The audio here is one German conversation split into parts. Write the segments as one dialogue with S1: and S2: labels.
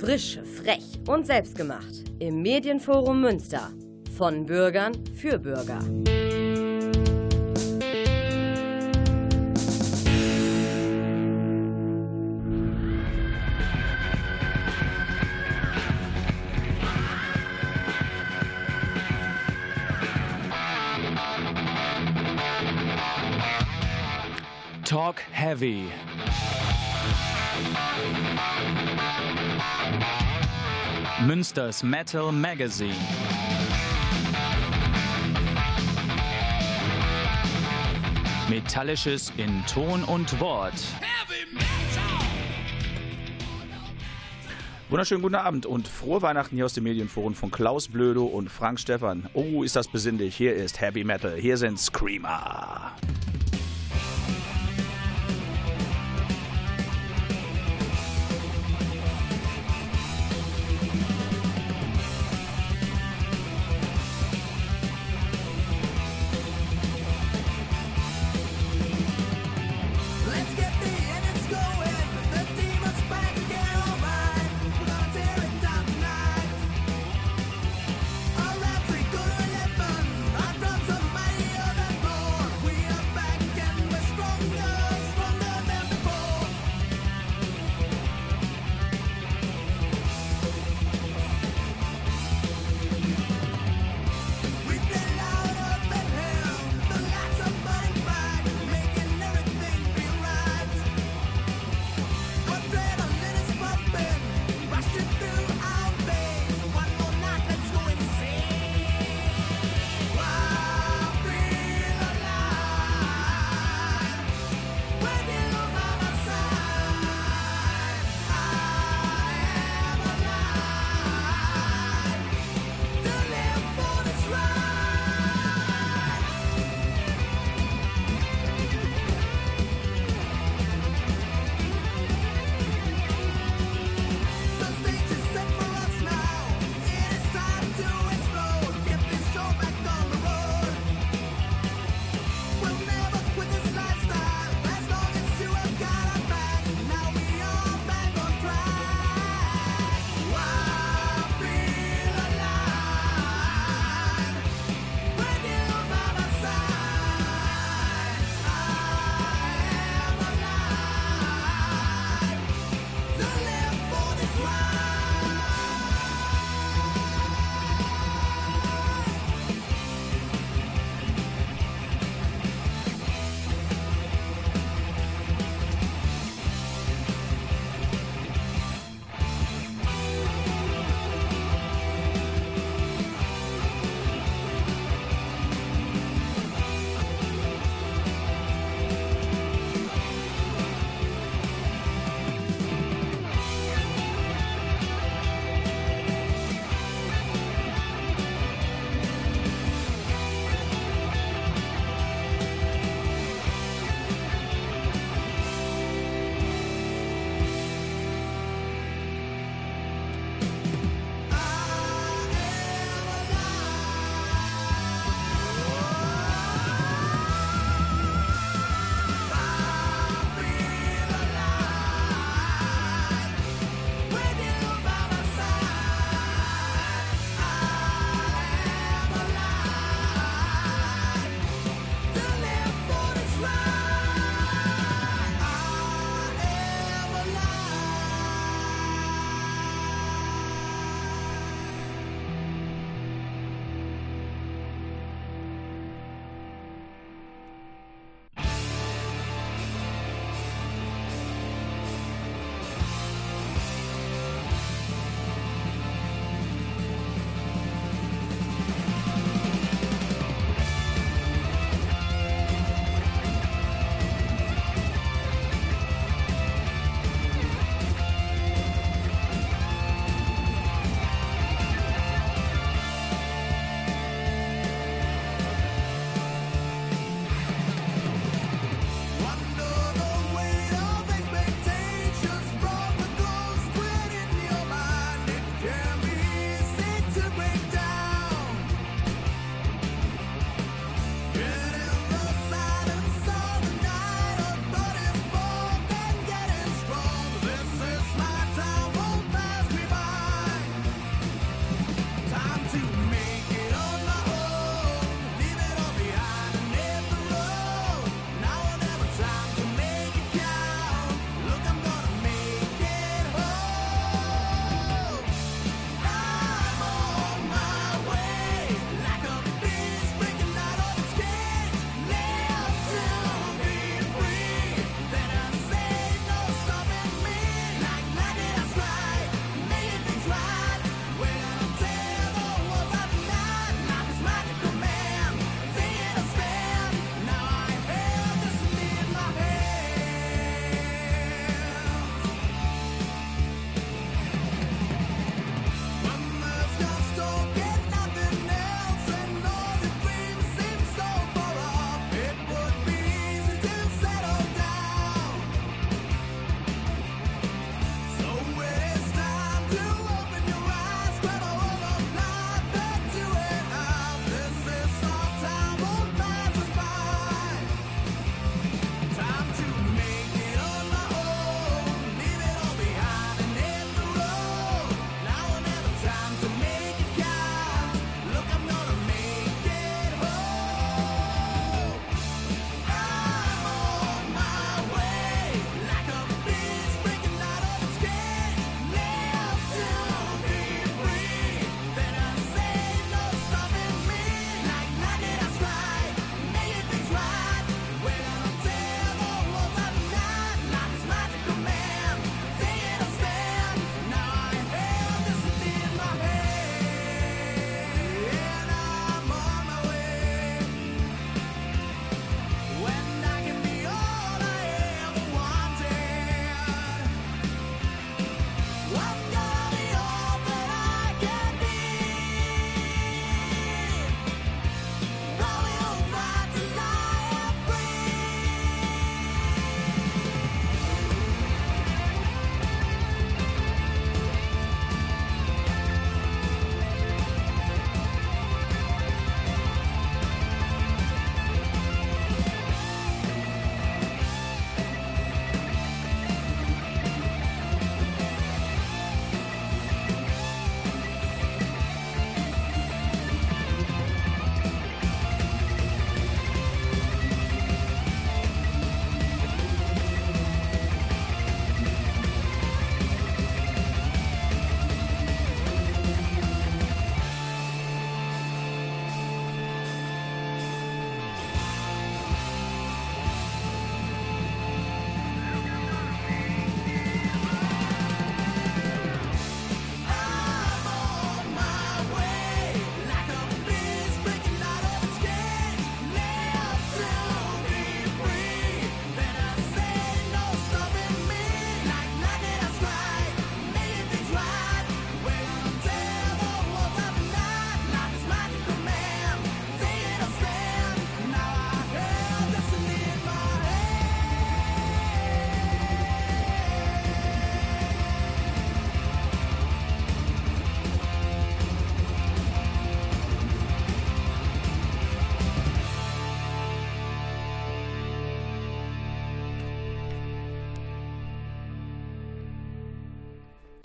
S1: Frisch, frech und selbstgemacht im Medienforum Münster. Von Bürgern für Bürger.
S2: Talk Heavy. Münsters Metal Magazine. Metallisches in Ton und Wort. Wunderschönen guten Abend und frohe Weihnachten hier aus dem Medienforum von Klaus Blödo und Frank Stephan. Oh, ist das besinnlich. Hier ist Heavy Metal. Hier sind Screamer.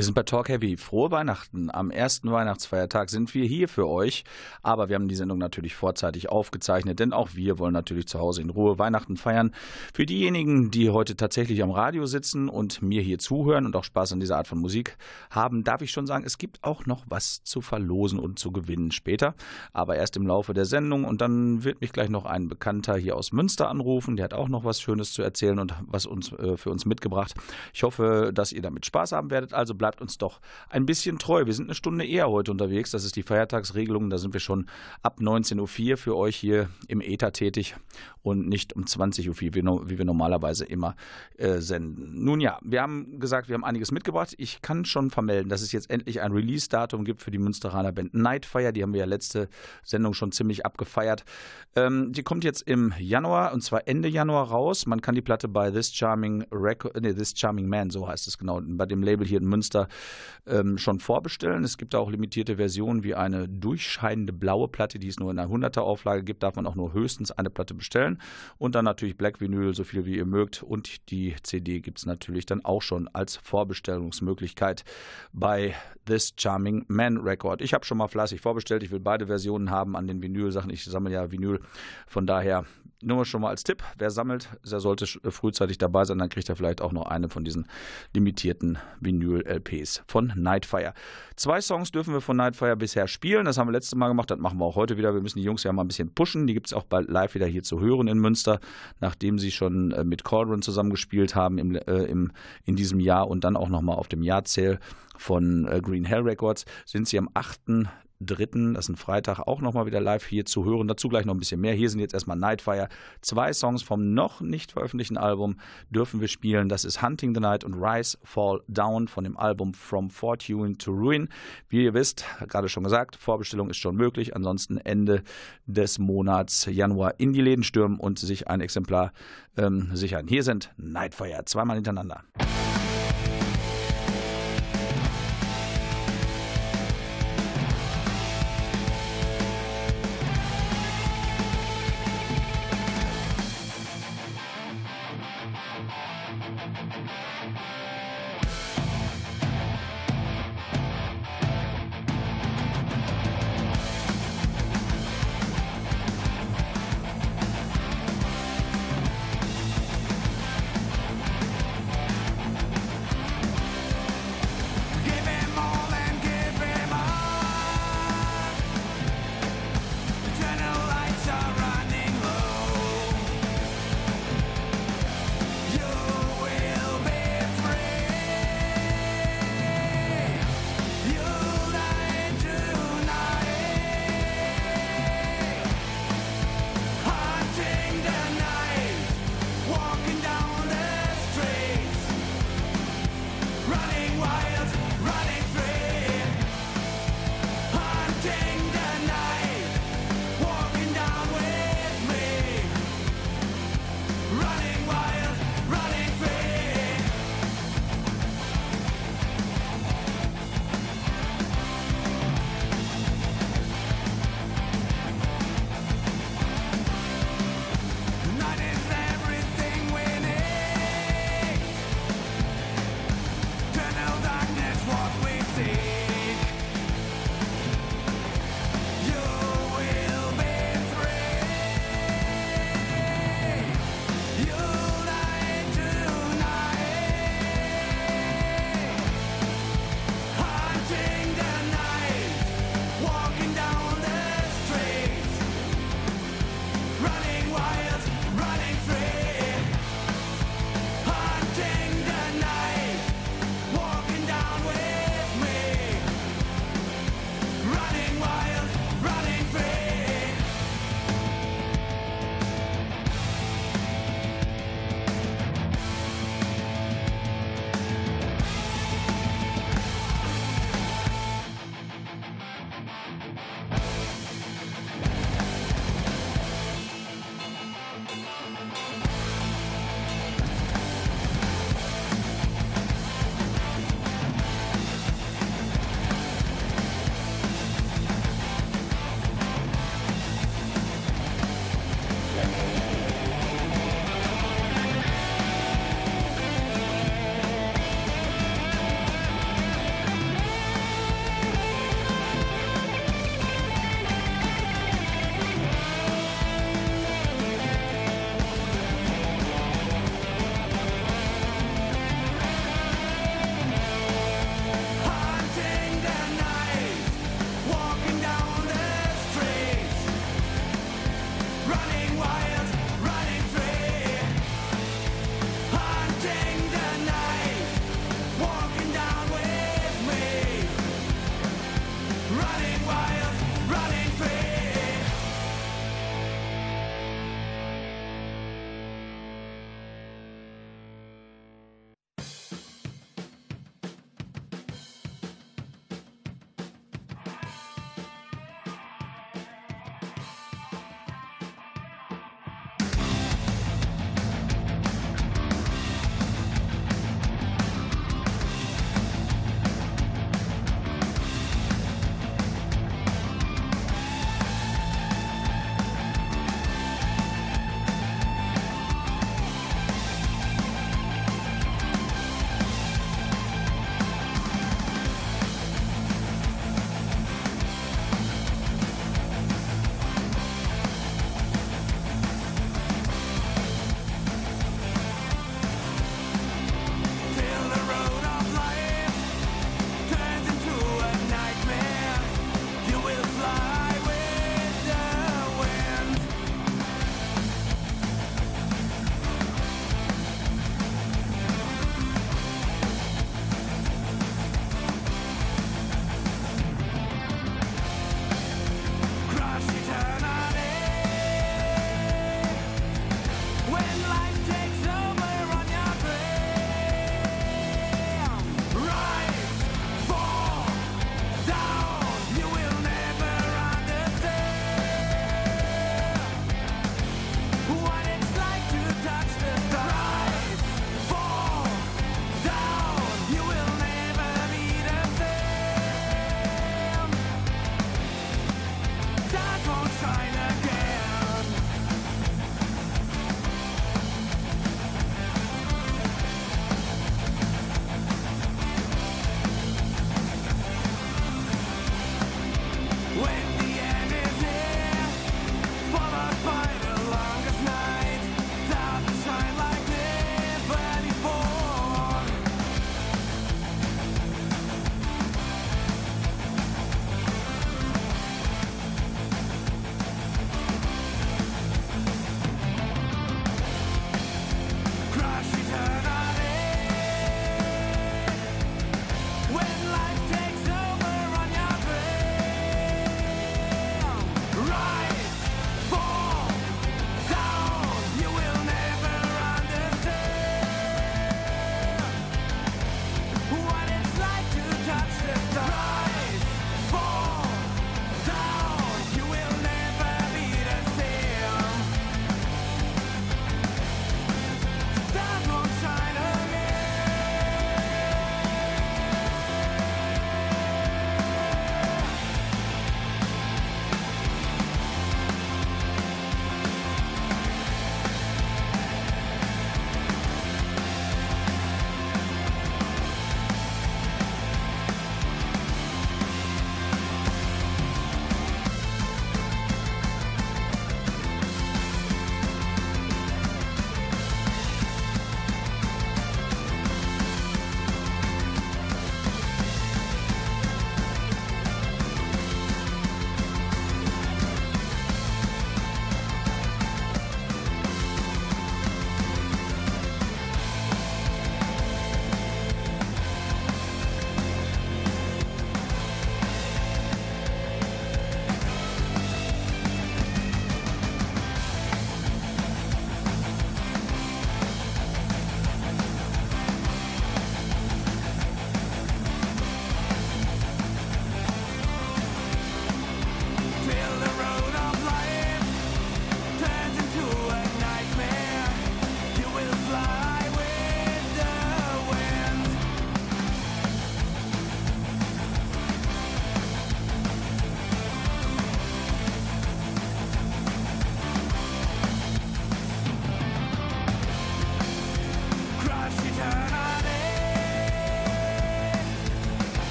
S2: Wir sind bei Talk Heavy. Frohe Weihnachten. Am ersten Weihnachtsfeiertag sind wir hier für euch. Aber wir haben die Sendung natürlich vorzeitig aufgezeichnet, denn auch wir wollen natürlich zu Hause in Ruhe Weihnachten feiern. Für diejenigen, die heute tatsächlich am Radio sitzen und mir hier zuhören und auch Spaß an dieser Art von Musik haben, darf ich schon sagen, es gibt auch noch was zu verlosen und zu gewinnen später. Aber erst im Laufe der Sendung. Und dann wird mich gleich noch ein Bekannter hier aus Münster anrufen. Der hat auch noch was Schönes zu erzählen und was für uns mitgebracht. Ich hoffe, dass ihr damit Spaß haben werdet. Also bleibt uns doch ein bisschen treu. Wir sind eine Stunde eher heute unterwegs. Das ist die Feiertagsregelung. Da sind wir schon ab 19.04 Uhr für euch hier im Äther tätig und nicht um 20.04 Uhr, wie wir normalerweise immer senden. Nun ja, wir haben gesagt, wir haben einiges mitgebracht. Ich kann schon vermelden, dass es jetzt endlich ein Release-Datum gibt für die Münsteraner Band Nightfire. Die haben wir ja letzte Sendung schon ziemlich abgefeiert. Die kommt jetzt im Januar, und zwar Ende Januar raus. Man kann die Platte bei This Charming Man, so heißt es genau, bei dem Label hier in Münster schon vorbestellen. Es gibt da auch limitierte Versionen wie eine durchscheinende blaue Platte, die es nur in einer 100er Auflage gibt, darf man auch nur höchstens eine Platte bestellen. Und dann natürlich Black Vinyl, so viel wie ihr mögt. Und die CD gibt es natürlich dann auch schon als Vorbestellungsmöglichkeit bei This Charming Man Record. Ich habe schon mal fleißig vorbestellt. Ich will beide Versionen haben an den Vinyl-Sachen. Ich sammle ja Vinyl. Von daher nur schon mal als Tipp, wer sammelt, der sollte frühzeitig dabei sein, dann kriegt er vielleicht auch noch eine von diesen limitierten Vinyl-LPs von Nightfire. 2 Songs dürfen wir von Nightfire bisher spielen, das haben wir letztes Mal gemacht, das machen wir auch heute wieder. Wir müssen die Jungs ja mal ein bisschen pushen, die gibt es auch bald live wieder hier zu hören in Münster, nachdem sie schon mit Cauldron zusammengespielt haben in diesem Jahr und dann auch nochmal auf dem Jahrzähl von Green Hell Records, sind sie am 8.3., das ist ein Freitag, auch nochmal wieder live hier zu hören. Dazu gleich noch ein bisschen mehr. Hier sind jetzt erstmal Nightfire. 2 Songs vom noch nicht veröffentlichten Album dürfen wir spielen. Das ist Hunting the Night und Rise, Fall Down von dem Album From Fortune to Ruin. Wie ihr wisst, gerade schon gesagt, Vorbestellung ist schon möglich. Ansonsten Ende des Monats Januar in die Läden stürmen und sich ein Exemplar sichern. Hier sind Nightfire, 2-mal hintereinander.
S3: running wild, running free.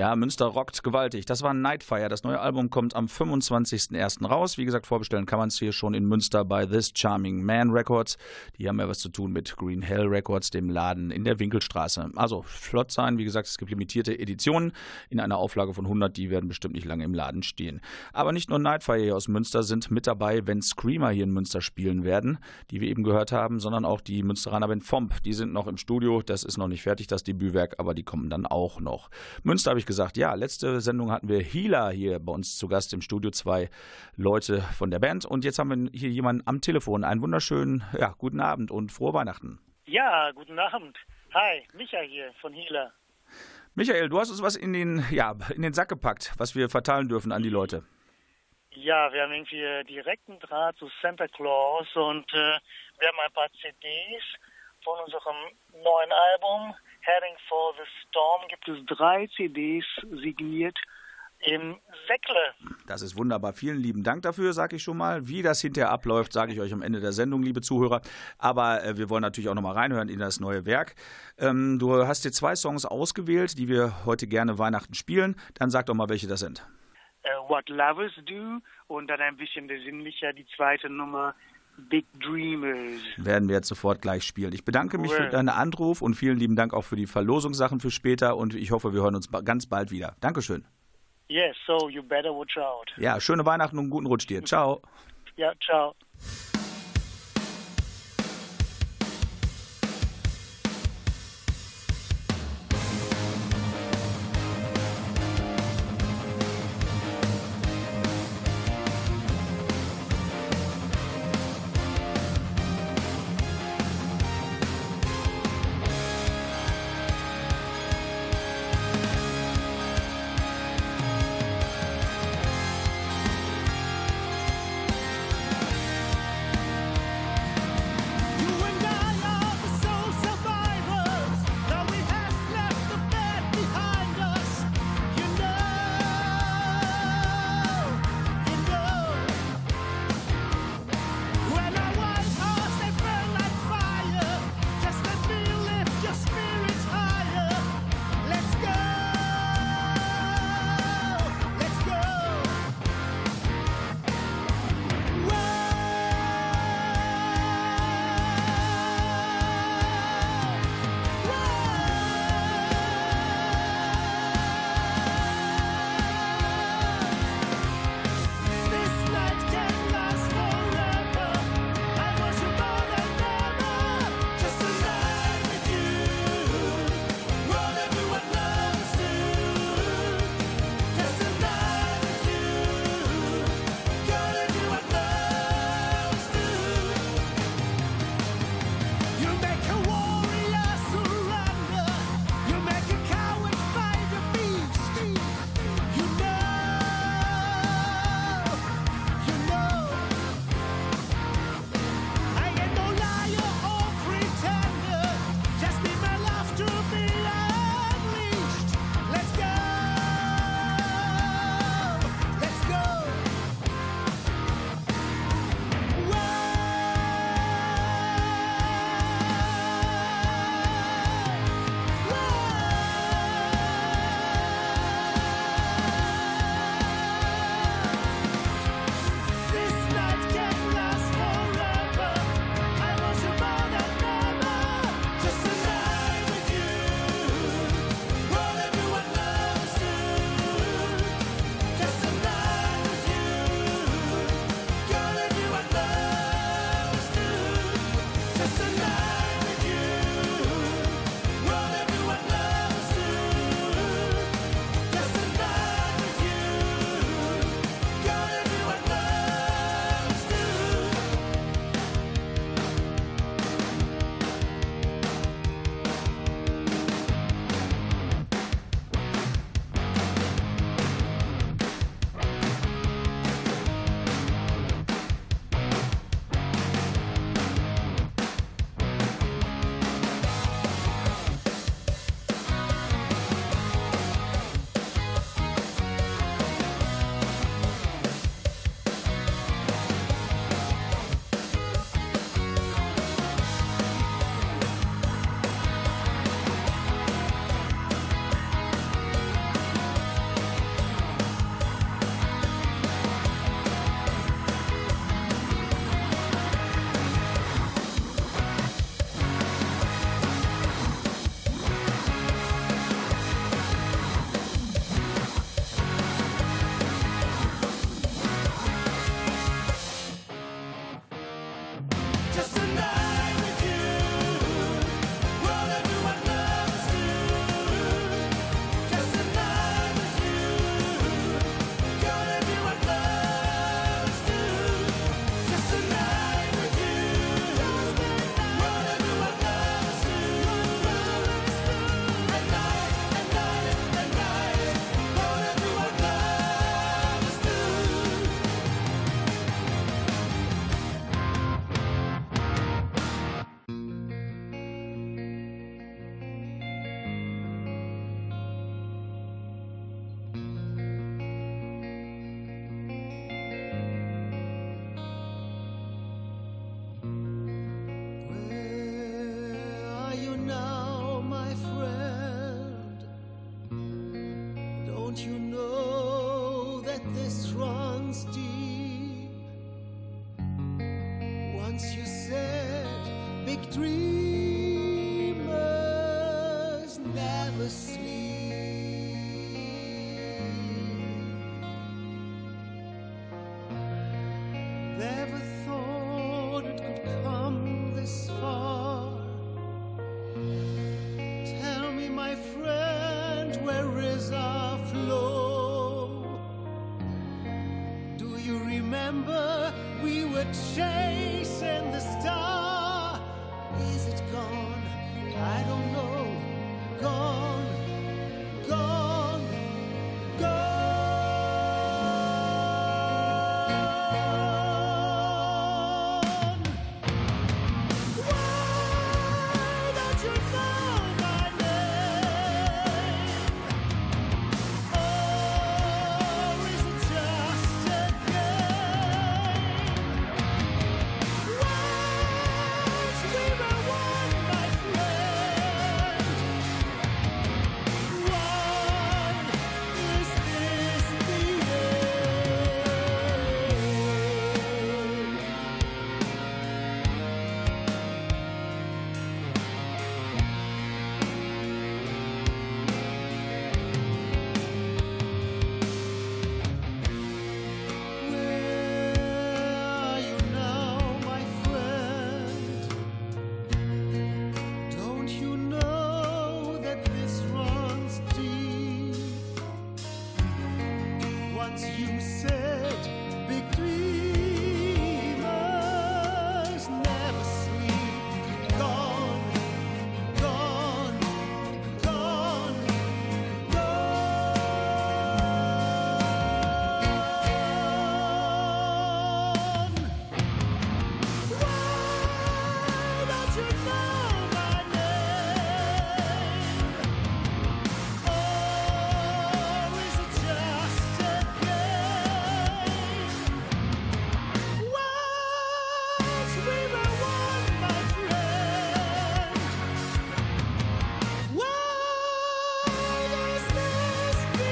S2: Ja, Münster rockt gewaltig. Das war Nightfire. Das neue Album kommt am 25.01. raus. Wie gesagt, vorbestellen kann man es hier schon in Münster bei This Charming Man Records. Die haben ja was zu tun mit Green Hell Records, dem Laden in der Winkelstraße. Also flott sein. Wie gesagt, es gibt limitierte Editionen in einer Auflage von 100. Die werden bestimmt nicht lange im Laden stehen. Aber nicht nur Nightfire hier aus Münster sind mit dabei, wenn Screamer hier in Münster spielen werden, die wir eben gehört haben, sondern auch die Münsteraner Band Fomp. Die sind noch im Studio. Das ist noch nicht fertig, das Debütwerk, aber die kommen dann auch noch. Münster habe ich gesagt, ja, letzte Sendung hatten wir Healer hier bei uns zu Gast im Studio, 2 Leute von der Band. Und jetzt haben wir hier jemanden am Telefon. Einen wunderschönen, ja, guten Abend und frohe Weihnachten.
S4: Ja, guten Abend. Hi, Micha hier von Healer.
S2: Michael, du hast uns was in den Sack gepackt, was wir verteilen dürfen an die Leute.
S4: Ja, wir haben irgendwie direkten Draht zu Santa Claus und wir haben ein paar CDs von unserem neuen Album. Heading for the Storm gibt es 3 CDs signiert im Säckle.
S2: Das ist wunderbar. Vielen lieben Dank dafür, sage ich schon mal. Wie das hinterher abläuft, sage ich euch am Ende der Sendung, liebe Zuhörer. Aber wir wollen natürlich auch nochmal reinhören in das neue Werk. Du hast dir 2 Songs ausgewählt, die wir heute gerne Weihnachten spielen. Dann sag doch mal, welche das sind.
S4: What Lovers Do und dann ein bisschen besinnlicher die zweite Nummer, Big Dreamers.
S2: Werden wir jetzt sofort gleich spielen. Ich bedanke mich für deinen Anruf und vielen lieben Dank auch für die Verlosungssachen für später und ich hoffe, wir hören uns ganz bald wieder. Dankeschön.
S4: Yes, so you better watch out.
S2: Ja, schöne Weihnachten und einen guten Rutsch dir. Ciao.
S4: Ja, ciao.
S5: Once you said big dreamers never sleep. Never thought it could come this far. Tell me, my friend, where is our flow? Do you remember we were chasing the star? Is it gone? I don't know. Gone, gone, gone. Why don't you know my name? Or is it just a game? Once we were one, my friend. Why is this the end? Where are you now, my friend? Don't you know that this runs deep? Once you said big dreamers never sleep. Gone, gone, gone, gone. Why don't you know my name? Or is it just a game? Once we were one, my friend. Why is this the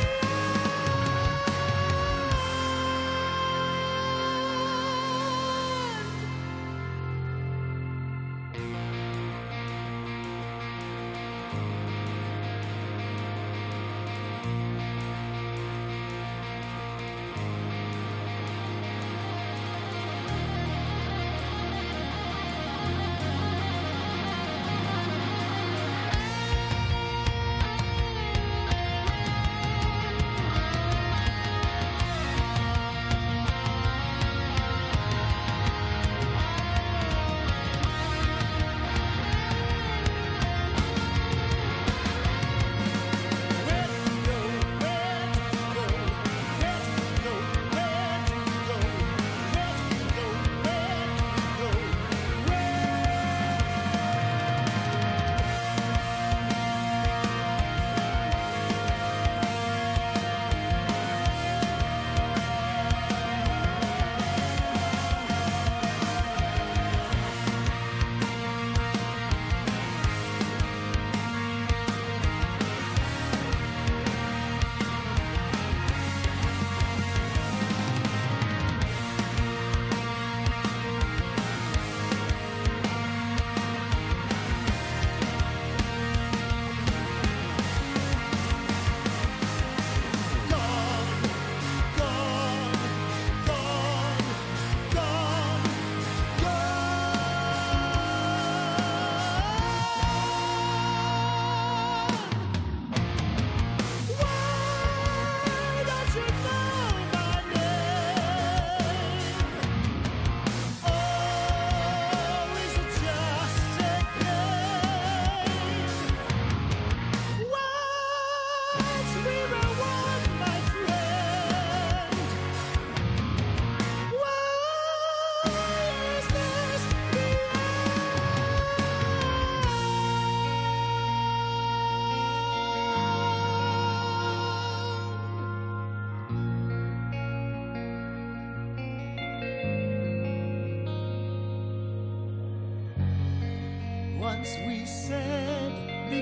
S5: Once we said big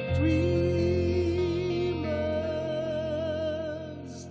S5: dreamers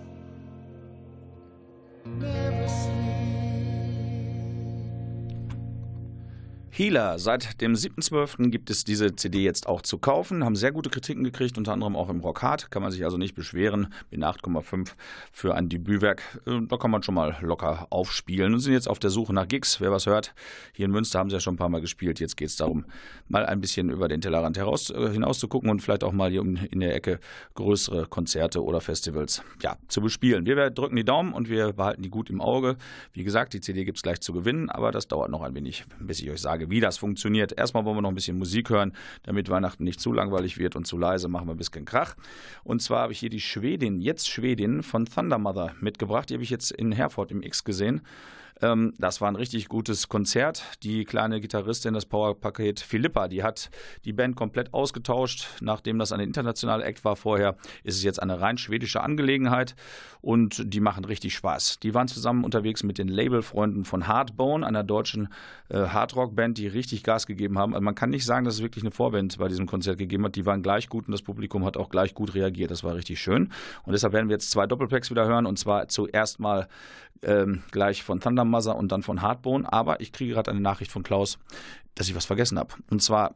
S5: never sleep.
S2: Healer. Seit dem 7.12. gibt es diese CD jetzt auch zu kaufen. Haben sehr gute Kritiken gekriegt, unter anderem auch im Rock Hard. Kann man sich also nicht beschweren. Mit 8,5 für ein Debütwerk. Da kann man schon mal locker aufspielen. Und sind jetzt auf der Suche nach Gigs. Wer was hört, hier in Münster haben sie ja schon ein paar Mal gespielt. Jetzt geht es darum, mal ein bisschen über den Tellerrand hinaus zu gucken und vielleicht auch mal hier in der Ecke größere Konzerte oder Festivals zu bespielen. Wir drücken die Daumen und wir behalten die gut im Auge. Wie gesagt, die CD gibt es gleich zu gewinnen, aber das dauert noch ein wenig, bis ich euch sage, wie das funktioniert. Erstmal wollen wir noch ein bisschen Musik hören, damit Weihnachten nicht zu langweilig wird und zu leise, machen wir ein bisschen Krach. Und zwar habe ich hier die Schwedin von Thunder Mother mitgebracht. Die habe ich jetzt in Herford im X gesehen. Das war ein richtig gutes Konzert. Die kleine Gitarristin, das Powerpaket Philippa, die hat die Band komplett ausgetauscht. Nachdem das eine internationale Act war vorher, ist es jetzt eine rein schwedische Angelegenheit und die machen richtig Spaß. Die waren zusammen unterwegs mit den Labelfreunden von Hardbone, einer deutschen Hardrock-Band, die richtig Gas gegeben haben. Also man kann nicht sagen, dass es wirklich eine Vorband bei diesem Konzert gegeben hat. Die waren gleich gut und das Publikum hat auch gleich gut reagiert. Das war richtig schön. Und deshalb werden wir jetzt 2 Doppelpacks wieder hören und zwar zuerst mal gleich von Thunder Mother und dann von Hardbone. Aber ich kriege gerade eine Nachricht von Klaus, dass ich was vergessen habe. Und zwar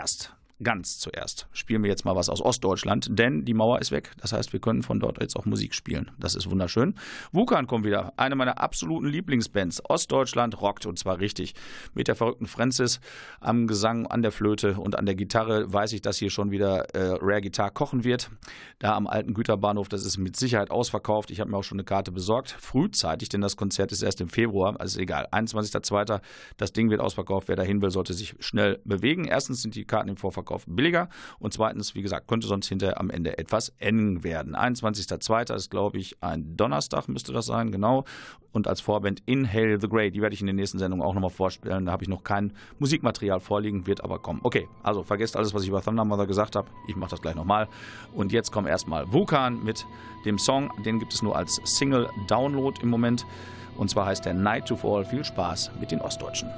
S2: ganz zuerst spielen wir jetzt mal was aus Ostdeutschland, denn die Mauer ist weg. Das heißt, wir können von dort jetzt auch Musik spielen. Das ist wunderschön. Wukan kommt wieder, eine meiner absoluten Lieblingsbands. Ostdeutschland rockt und zwar richtig. Mit der verrückten Francis am Gesang, an der Flöte und an der Gitarre weiß ich, dass hier schon wieder Rare Guitar kochen wird. Da am alten Güterbahnhof, das ist mit Sicherheit ausverkauft. Ich habe mir auch schon eine Karte besorgt, frühzeitig, denn das Konzert ist erst im Februar. Also egal, 21.02. Das Ding wird ausverkauft. Wer dahin will, sollte sich schnell bewegen. Erstens sind die Karten im Vorverkauf billiger und zweitens, wie gesagt, könnte sonst hinterher am Ende etwas eng werden. 21.02. ist, glaube ich, ein Donnerstag, müsste das sein, genau. Und als Vorband Inhale the Grey, die werde ich in den nächsten Sendungen auch nochmal vorstellen. Da habe ich noch kein Musikmaterial vorliegen, wird aber kommen. Okay, also vergesst alles, was ich über Thunder Mother gesagt habe. Ich mache das gleich nochmal. Und jetzt kommen erstmal Wukan mit dem Song. Den gibt es nur als Single-Download im Moment. Und zwar heißt der Night to Fall. Viel Spaß mit den Ostdeutschen.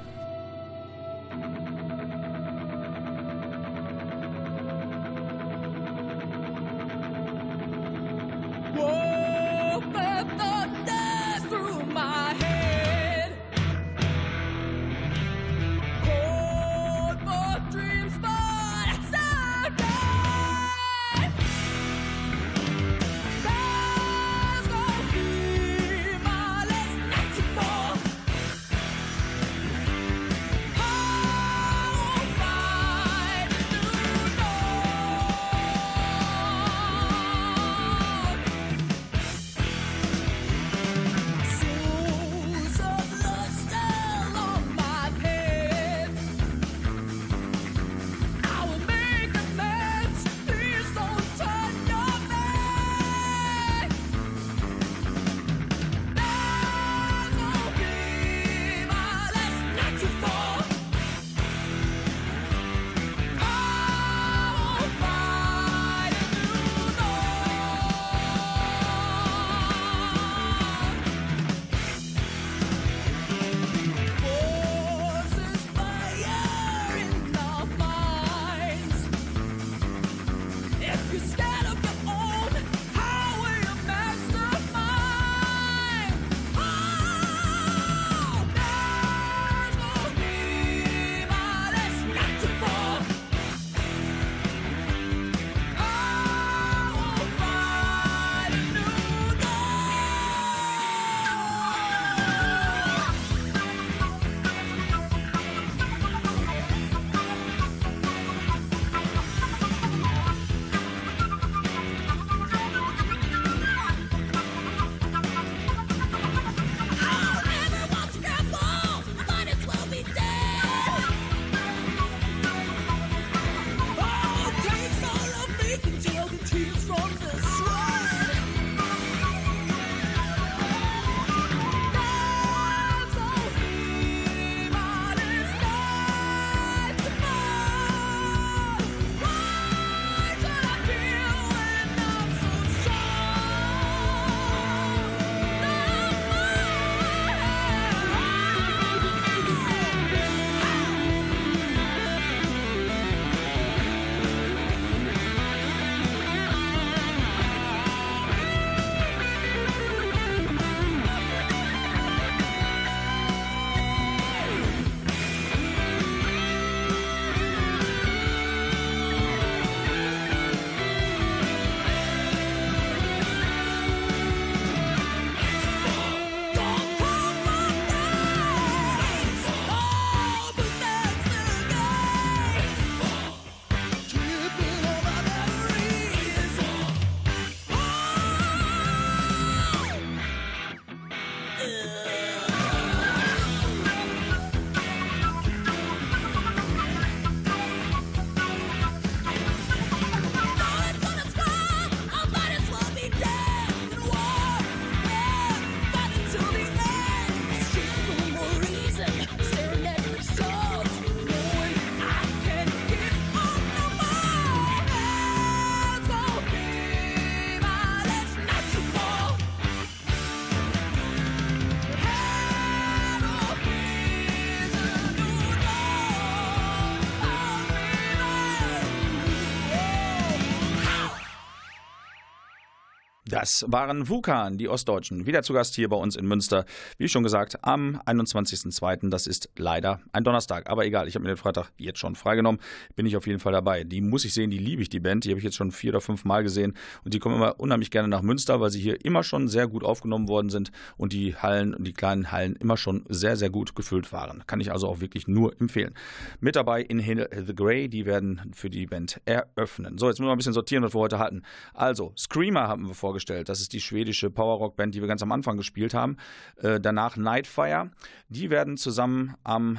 S2: Das waren Vukan, die Ostdeutschen, wieder zu Gast hier bei uns in Münster. Wie schon gesagt, am 21.02., das ist leider ein Donnerstag. Aber egal, ich habe mir den Freitag jetzt schon freigenommen, bin ich auf jeden Fall dabei. Die muss ich sehen, die liebe ich, die Band. Die habe ich jetzt schon 4 oder 5 Mal gesehen. Und die kommen immer unheimlich gerne nach Münster, weil sie hier immer schon sehr gut aufgenommen worden sind und die Hallen und die kleinen Hallen immer schon sehr, sehr gut gefüllt waren. Kann ich also auch wirklich nur empfehlen. Mit dabei Inhale the Grey, die werden für die Band eröffnen. So, jetzt müssen wir ein bisschen sortieren, was wir heute hatten. Also, Screamer haben wir vorgestellt. Das ist die schwedische Power-Rock-Band, die wir ganz am Anfang gespielt haben. Danach Nightfire. Die werden zusammen am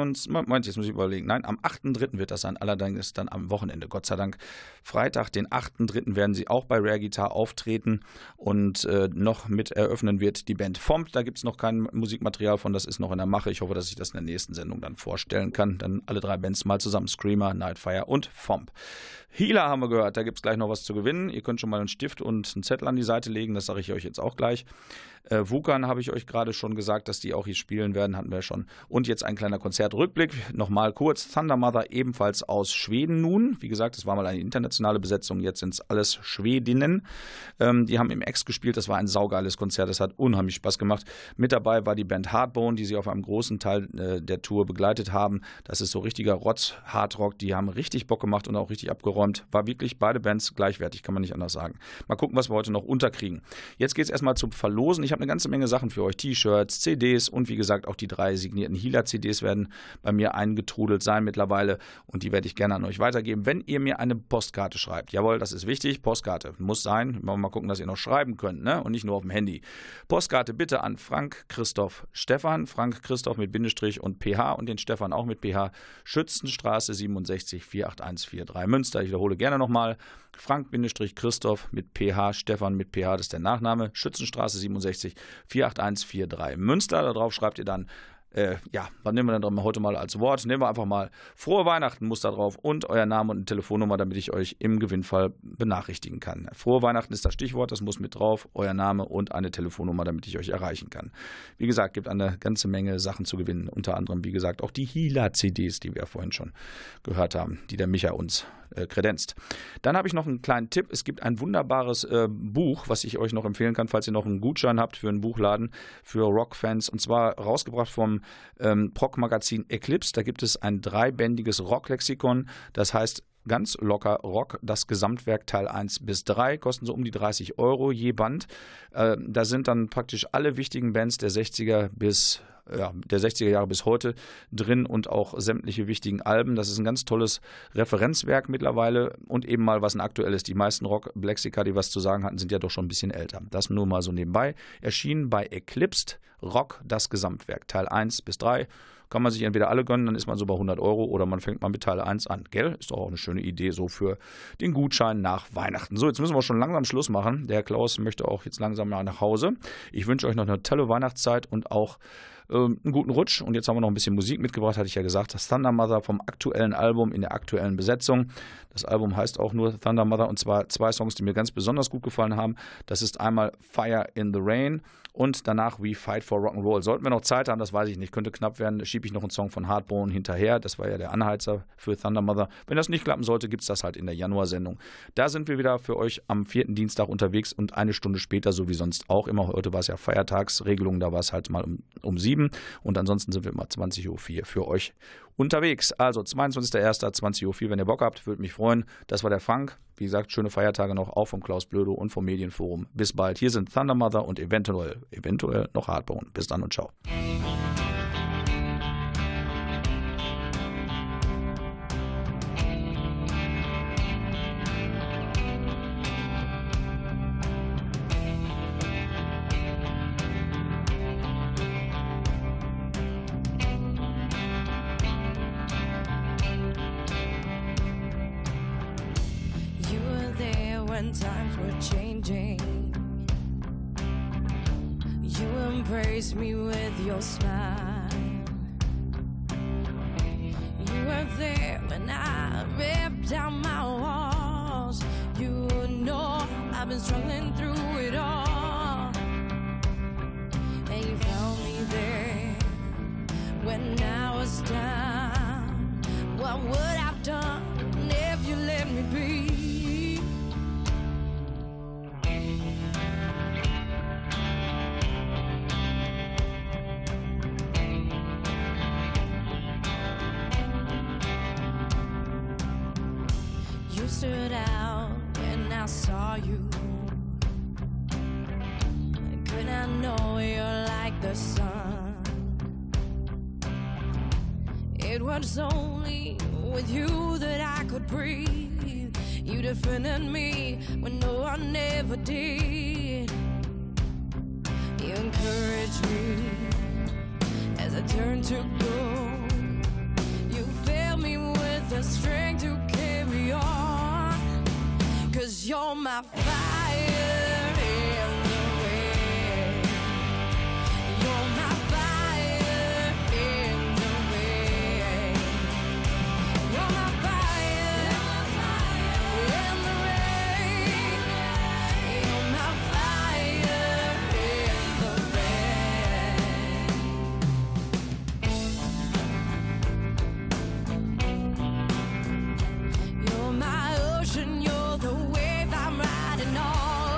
S2: 8.3. wird das sein, allerdings dann am Wochenende, Gott sei Dank. Freitag, den 8.3. werden sie auch bei Rare Guitar auftreten und noch mit eröffnen wird die Band Fomp. Da gibt es noch kein Musikmaterial von, das ist noch in der Mache. Ich hoffe, dass ich das in der nächsten Sendung dann vorstellen kann. Dann alle 3 Bands mal zusammen, Screamer, Nightfire und Fomp. Healer haben wir gehört, da gibt es gleich noch was zu gewinnen. Ihr könnt schon mal einen Stift und einen Zettel an die Seite legen, das sage ich euch jetzt auch gleich. Vukan habe ich euch gerade schon gesagt, dass die auch hier spielen werden, hatten wir schon. Und jetzt ein kleiner Konzertrückblick, nochmal kurz. Thunder Mother ebenfalls aus Schweden nun. Wie gesagt, es war mal eine internationale Besetzung, jetzt sind es alles Schwedinnen. Die haben im Ex gespielt, das war ein saugeiles Konzert, das hat unheimlich Spaß gemacht. Mit dabei war die Band Hardbone, die sie auf einem großen Teil der Tour begleitet haben. Das ist so richtiger Rotz-Hardrock, die haben richtig Bock gemacht und auch richtig abgeräumt. War wirklich beide Bands gleichwertig, kann man nicht anders sagen. Mal gucken, was wir heute noch unterkriegen. Jetzt geht es erstmal zum Verlosen. Ich habe eine ganze Menge Sachen für euch. T-Shirts, CDs und wie gesagt auch die 3 signierten Healer-CDs werden bei mir eingetrudelt sein mittlerweile und die werde ich gerne an euch weitergeben, wenn ihr mir eine Postkarte schreibt. Jawohl, das ist wichtig. Postkarte muss sein. Mal gucken, dass ihr noch schreiben könnt, ne? Und nicht nur auf dem Handy. Postkarte bitte an Frank Christoph Stefan. Frank Christoph mit Bindestrich und PH und den Stefan auch mit PH. Schützenstraße 67 48143 Münster. Ich wiederhole gerne nochmal. Frank-Christoph mit PH, Stefan mit PH, das ist der Nachname, Schützenstraße 67 48143 Münster. Darauf schreibt ihr dann, was nehmen wir dann heute mal als Wort? Nehmen wir einfach mal Frohe Weihnachten muss da drauf und euer Name und eine Telefonnummer, damit ich euch im Gewinnfall benachrichtigen kann. Frohe Weihnachten ist das Stichwort, das muss mit drauf, euer Name und eine Telefonnummer, damit ich euch erreichen kann. Wie gesagt, gibt eine ganze Menge Sachen zu gewinnen, unter anderem, wie gesagt, auch die Healer-CDs, die wir vorhin schon gehört haben, die der Micha uns kredenzt. Dann habe ich noch einen kleinen Tipp. Es gibt ein wunderbares Buch, was ich euch noch empfehlen kann, falls ihr noch einen Gutschein habt für einen Buchladen für Rockfans. Und zwar rausgebracht vom Prog-Magazin Eclipse. Da gibt es ein 3-bändiges Rocklexikon. Das heißt ganz locker Rock, das Gesamtwerk Teil 1 bis 3, kosten so um die 30 € je Band. Da sind dann praktisch alle wichtigen Bands der 60er Jahre bis heute drin und auch sämtliche wichtigen Alben. Das ist ein ganz tolles Referenzwerk mittlerweile und eben mal was ein aktuelles. Die meisten Rock-Lexika, die was zu sagen hatten, sind ja doch schon ein bisschen älter. Das nur mal so nebenbei. Erschienen bei Eclipse, Rock, das Gesamtwerk, Teil 1 bis 3. Kann man sich entweder alle gönnen, dann ist man so bei 100 € oder man fängt mal mit Teil 1 an. Gell? Ist doch auch eine schöne Idee so für den Gutschein nach Weihnachten. So, jetzt müssen wir schon langsam Schluss machen. Der Herr Klaus möchte auch jetzt langsam nach Hause. Ich wünsche euch noch eine tolle Weihnachtszeit und auch einen guten Rutsch. Und jetzt haben wir noch ein bisschen Musik mitgebracht, hatte ich ja gesagt. Das Thunder Mother vom aktuellen Album in der aktuellen Besetzung. Das Album heißt auch nur Thunder Mother und zwar 2 Songs, die mir ganz besonders gut gefallen haben. Das ist einmal Fire in the Rain und danach We Fight for Rock'n'Roll. Sollten wir noch Zeit haben, das weiß ich nicht, könnte knapp werden, schiebe ich noch einen Song von Hardbone hinterher. Das war ja der Anheizer für Thunder Mother. Wenn das nicht klappen sollte, gibt es das halt in der Januarsendung. Da sind wir wieder für euch am 4. Dienstag unterwegs und eine Stunde später, so wie sonst auch immer. Heute war es ja Feiertagsregelung, da war es halt mal um 7 und ansonsten sind wir immer 20.04 Uhr für euch unterwegs. Also 22.01. 20.04 Uhr, wenn ihr Bock habt, würde mich freuen. Das war der Frank. Wie gesagt, schöne Feiertage noch, auch vom Klaus Blödo und vom Medienforum. Bis bald. Hier sind Thunder Mother und eventuell noch Hardbone. Bis dann und ciao.
S6: when times were changing. You embraced me with your smile. You were there when I ripped down my walls. You know I've been struggling through it all, and you found me there when I was down. What would I've done if you let me be? stood out when I saw you. Could I know you're like the sun? It was only with you that I could breathe. You defended me when no one ever did. You encouraged me as I turned to go. You filled me with the strength to carry on. 'Cause you're my fire in the rain. You're my fire in the rain. You're my fire in the rain. You're my fire in the rain. You're my ocean, you're the wave I'm riding on.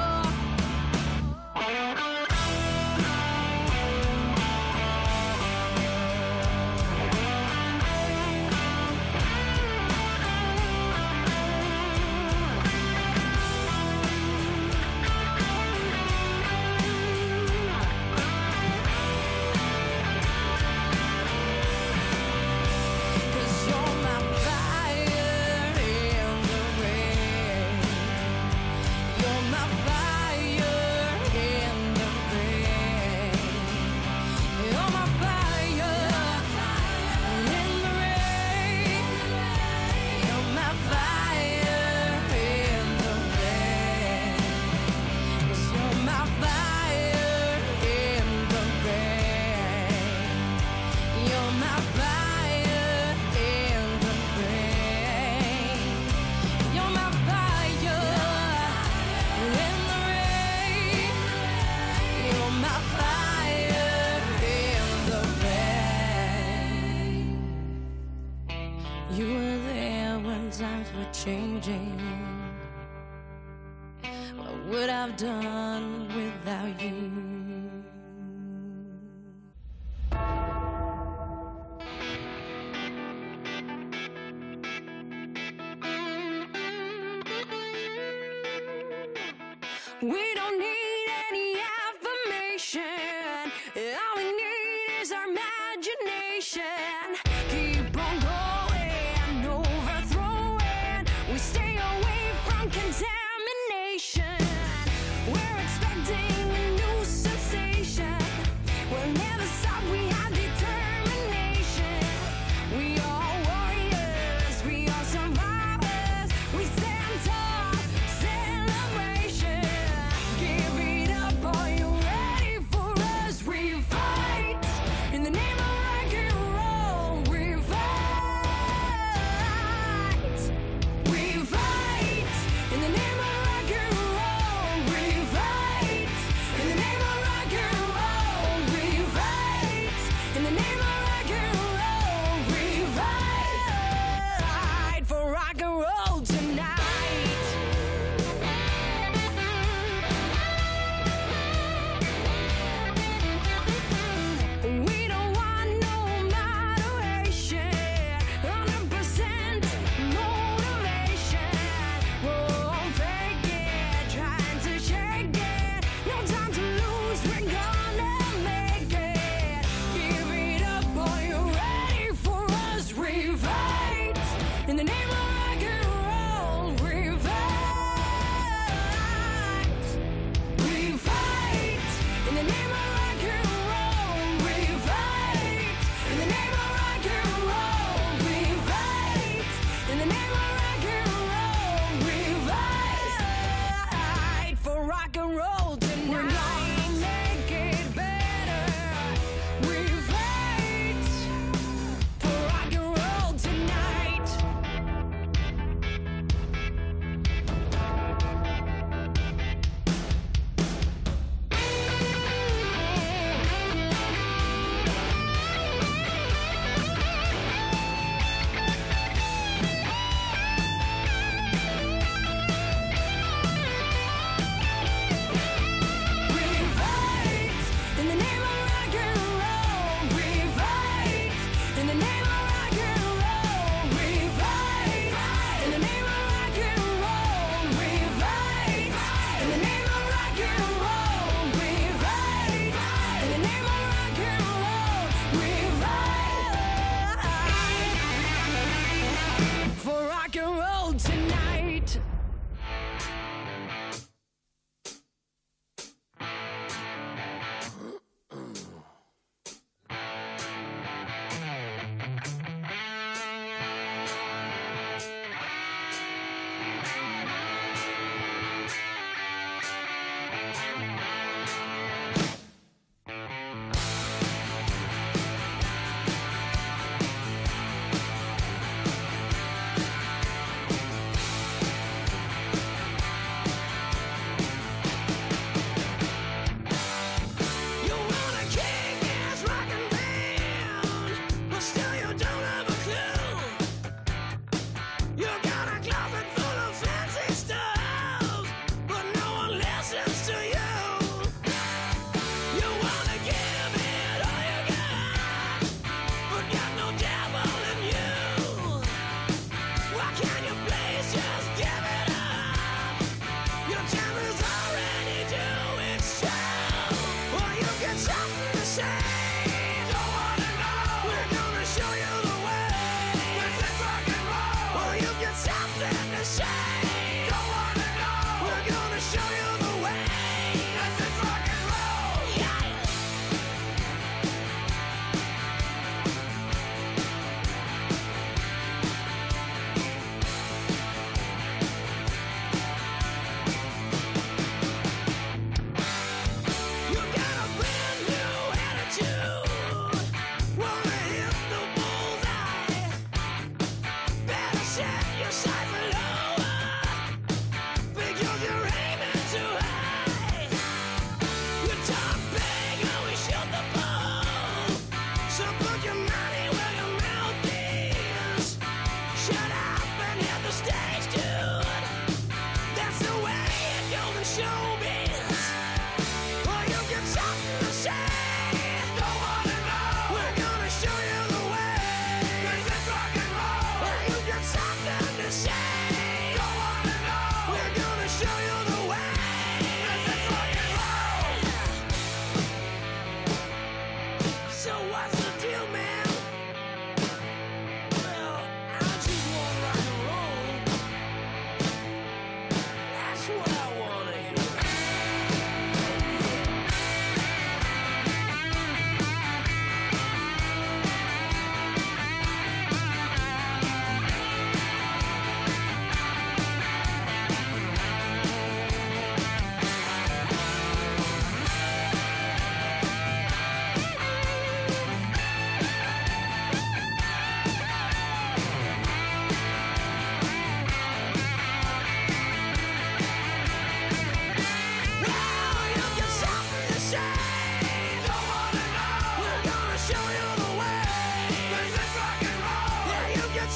S6: Cause you're my fire in the rain. You're my fire in the rain. You're my fire in the rain. You're my fire in the rain. 'Cause you're my fire in the rain. You're my fire in the rain. You're my fire in the rain. You're my fire in the rain. You were there when times were changing. What would I've done without you? We don't need any affirmation. All we need is our imagination. Keep on going, overthrowing. We stay away from contamination. We're expecting a new sensation. We'll never stop, we have determination. We are warriors, we are survivors. We stand tall, celebration. Give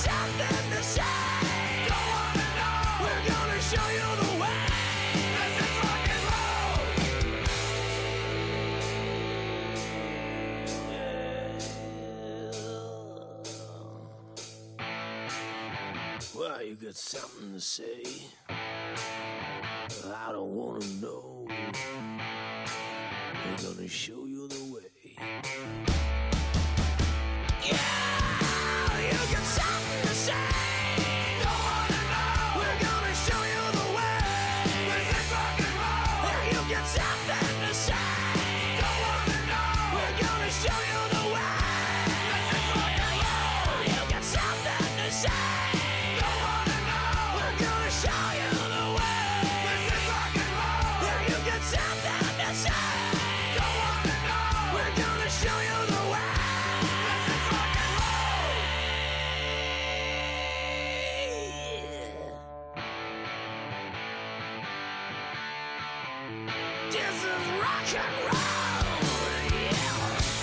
S6: something to say. Don't wanna know. We're gonna show you the way. This is rock and roll. Well, you got something to say. I don't wanna know. We're gonna show you the way. Yeah, you got something to say. Don't wanna know. We're gonna show you the way. This is rock and roll. Yeah, you got something to say. Don't wanna know. We're gonna show you the way. This is rock and roll. You got something to say. Don't wanna know. We're gonna show you the way. This is rock and roll. Yeah, you got something to say. Don't wanna know. We're gonna show you the way. This is rock and roll. This is rock and roll. Yeah.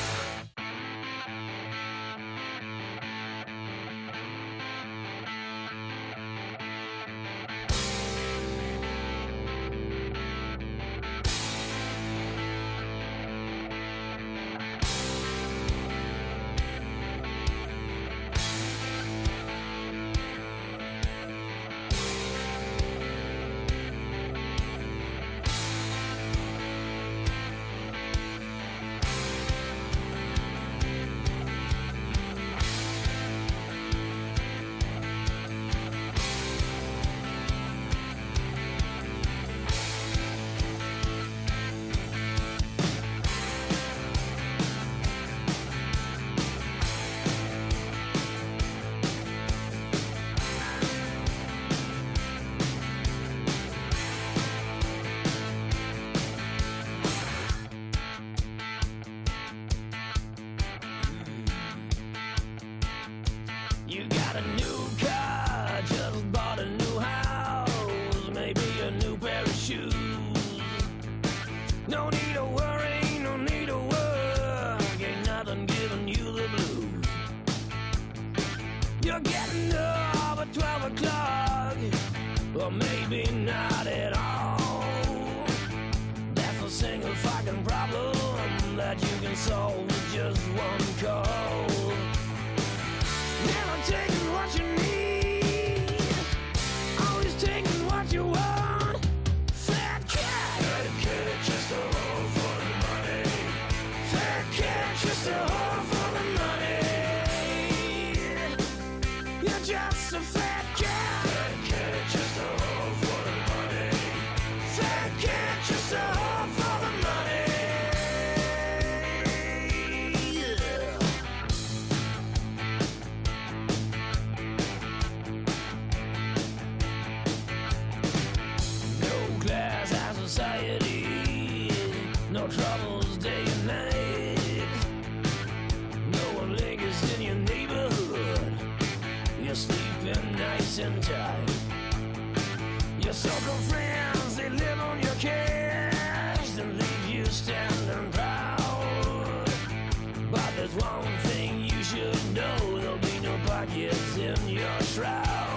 S6: You got a new car, just bought a new house, maybe a new pair of shoes. No need to worry, no need to work, ain't nothing giving you the blues. You're getting up at 12 o'clock, or maybe not at all. That's a single fucking problem that you can solve with just one call. Never taking what you need, always taking what you want. Fat cat, just a hoe for the money. Fat cat, just a hoe for the money. You're just a fat cat. Fat cat, just a hoe for the money. Fat cat, just a hoe for the money. Yeah. No class high society, no troubles day and night. No one lingers in your neighborhood. You're sleeping nice and tight. Your so-called friends, they live on your cash and leave you standing proud. But there's one thing you should know, there'll be no pockets in your shroud.